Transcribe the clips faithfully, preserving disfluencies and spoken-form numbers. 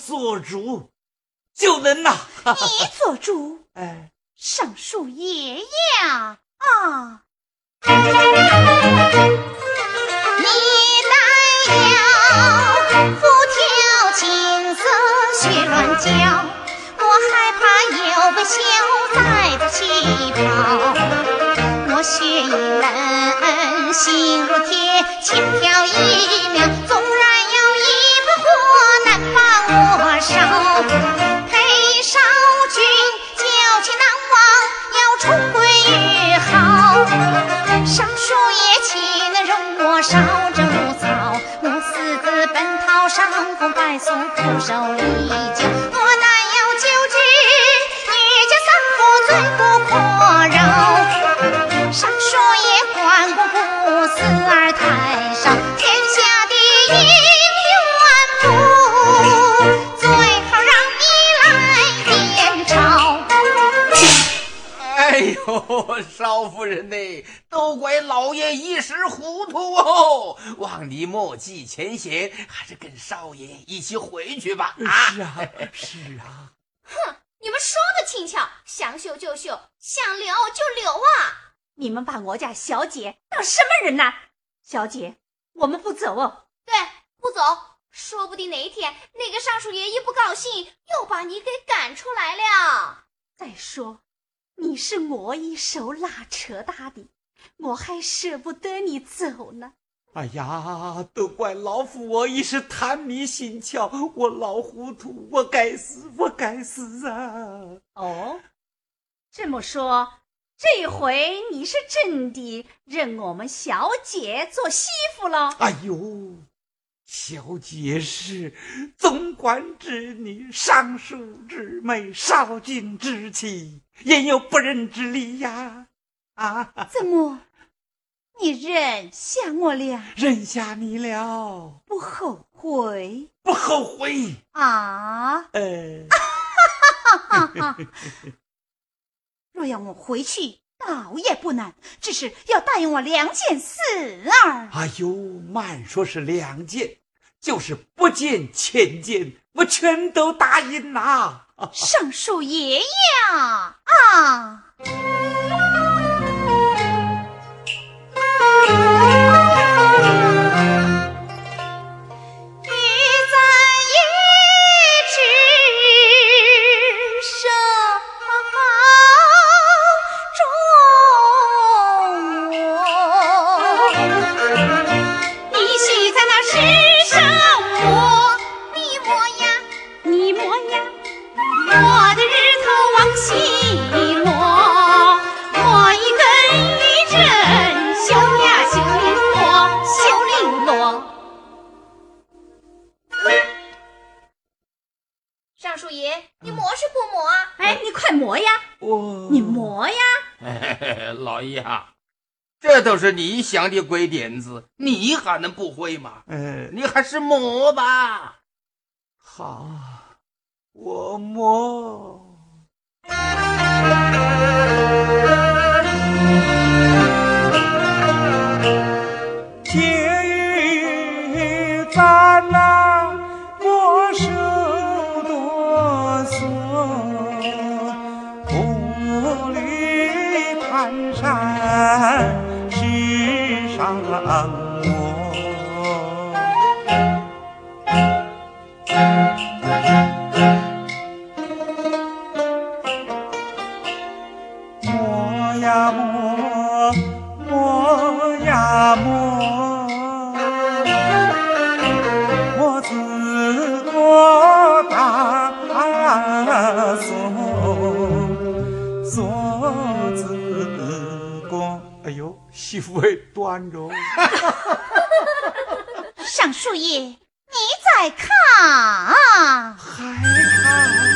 做主就能呐。 你做主？ 哎， 尚书爷呀啊！你待要不挑青色血乱浇，我害怕有个小崽子起跑。我血已冷，心如铁，千条一苗，纵然有一把火难把我烧。裴少君娇气难忘，要重归于好。尚书爷岂能容我烧这木草？我私自奔逃，伤风败俗，徒手一脚。我难有救治，女家三夫罪不可饶。尚书爷关公不死而太少，天下的姻缘簿，最好让你来点钞。 哎呦，少夫人呢，都怪老爷一时糊涂哦，望你莫记前嫌，还是跟少爷一起回去吧。啊，是啊，是啊。 哼，你们说的轻巧，想休就休，想留就留啊！ 你们把我家小姐当什么人呐？小姐，我们不走哦。 对，不走，说不定哪一天那个尚书爷一不高兴，又把你给赶出来了。 再说，你是我一手拉扯大的，我还舍不得你走呢。 哎呀，都怪老夫我一时贪迷心窍，我老糊涂，我该死，我该死啊！ 哦，这么说，这回你是真的认我们小姐做媳妇了？ 哎呦，小姐是总管之女，尚书之妹，少君之妻，焉有不仁之理呀？啊， 怎么你认下我了？ 认下你了， 不后悔？ 不后悔啊！ 呃， 若要我回去，倒也不难，只是要答应我两件事儿。 哎呦，慢说是两件，就是不见千件，我全都答应啦。 尚书爷呀啊！ 尚书爷，你磨是不磨啊？ 哎，你快磨呀！ 我你磨呀！ 哎，老爷啊，这都是你想的鬼点子，你还能不会吗？呃，你还是磨吧。好，我磨。 结语咱那莫受多损，步履蹒跚世上我。磨呀磨，磨呀磨，磨自个大松，锁自个。 哎呦，媳妇儿端着。 尚书爷，你再看， 还看。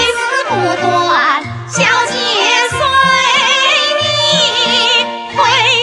小姐随你回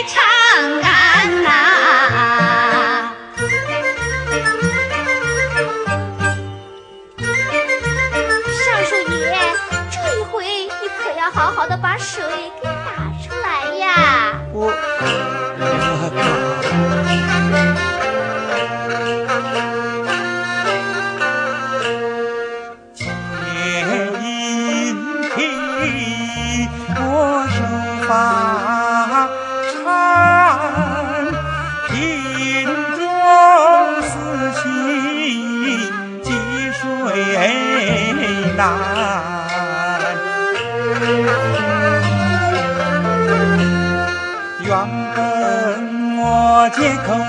愿跟我借口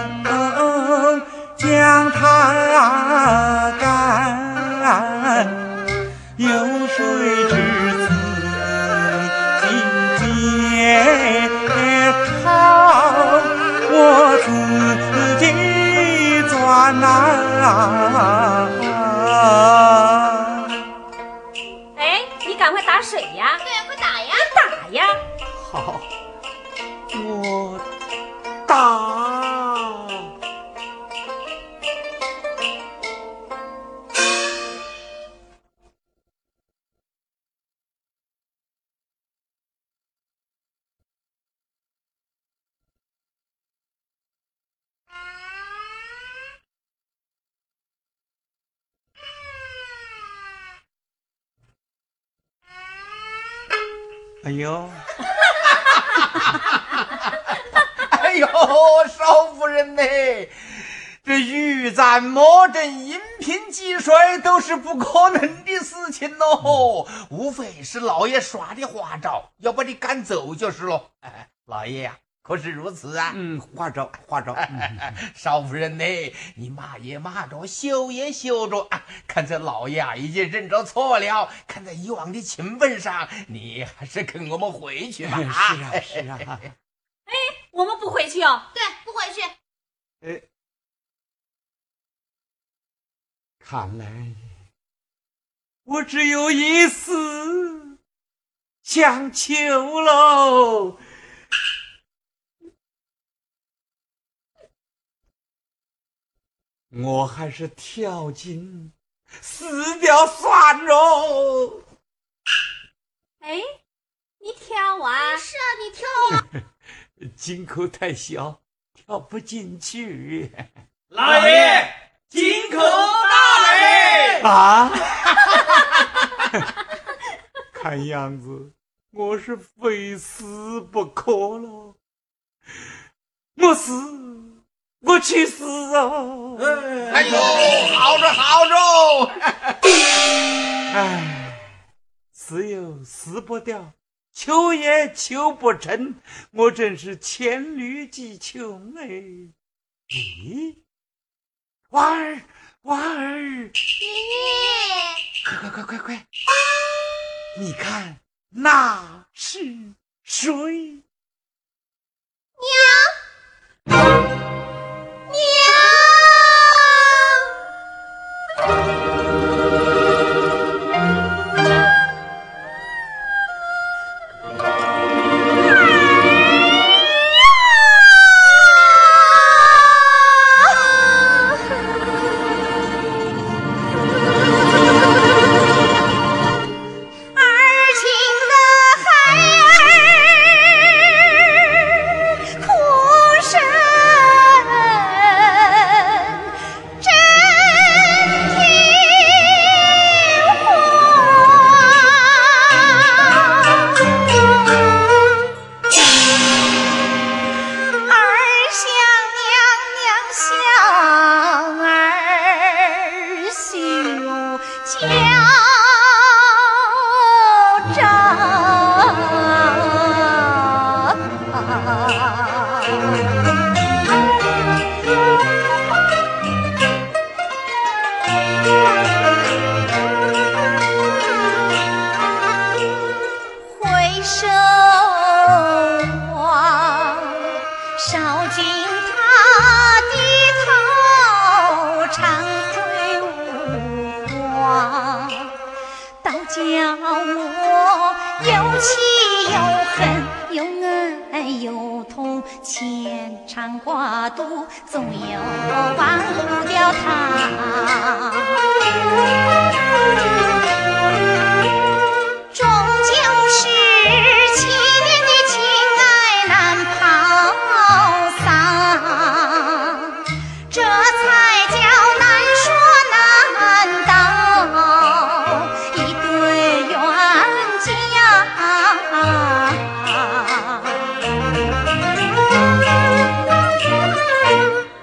将它干，有谁知此境界好，我自己钻啊！ 哎，你赶快打水呀！ 对呀，快打呀！ 打呀！ 好，我打。 哎呦， 哎呦，少夫人呢？这欲战魔阵、饮品击衰都是不可能的事情哦，无非是老爷耍的花招，要把你赶走就是喽。哎，老爷呀、啊，可是如此啊？ 嗯，花招，花招。嗯、 少夫人呢，你骂也骂着，羞也羞着啊！看这老爷啊，已经认着错了，看在以往的情分上，你还是跟我们回去吧。 是啊，是啊。 哎，我们不回去哦。 对，不回去。 哎，看来我只有一死相求喽。我还是跳井死掉算喽。 哎，你跳啊？ 是啊，你跳啊。 井口太小，跳不进去。 老爷，井口大嘞！ 啊！看样子我是非死不可了。我死，我去死啊！ 哎呦，好着好着。 唉，死又死不掉，求也求不成，我真是黔驴技穷哎！咦，娃儿，娃儿， 爷爷， 快快快快快！你看那是谁？ 娘。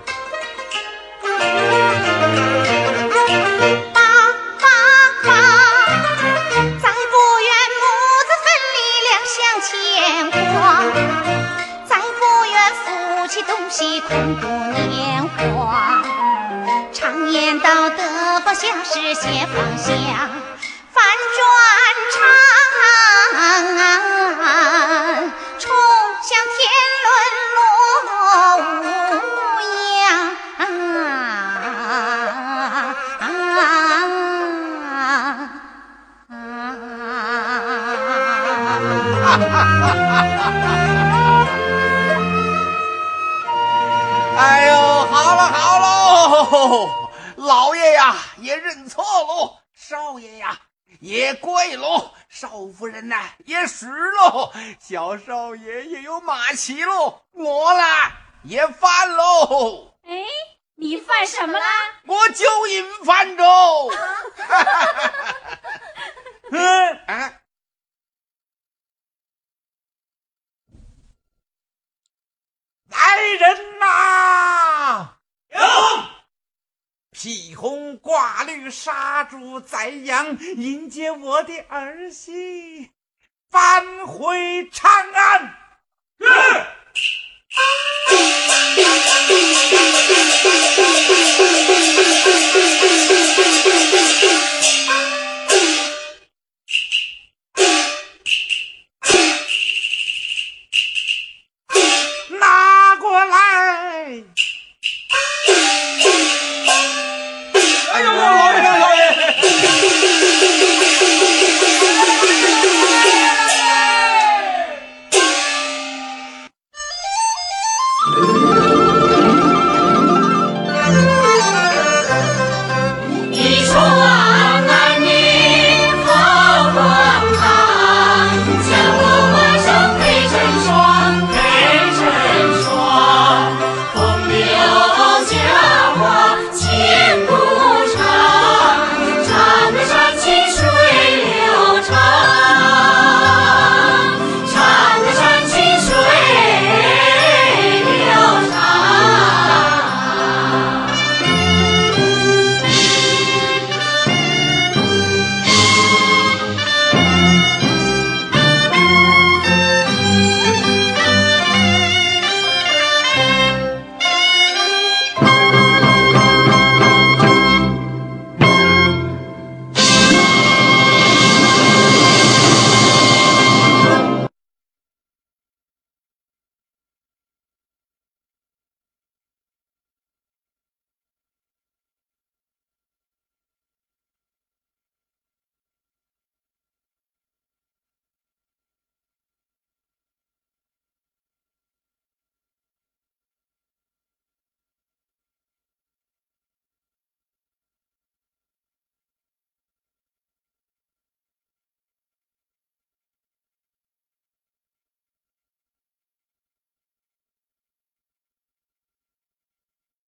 爸爸爸起空度年华。常言道得方向是先方向，反转长，冲向天伦落无恙。 哎呦，好了好喽，老爷呀也认错喽，少爷呀也跪喽，少夫人呐、啊、也死喽，小少爷也有马骑喽，我啦也犯喽。 哎，你犯什么啦？ 我酒瘾犯着。嗯啊。 来人呐！ 有披红挂绿，杀猪宰羊，迎接我的儿媳返回长安。 是。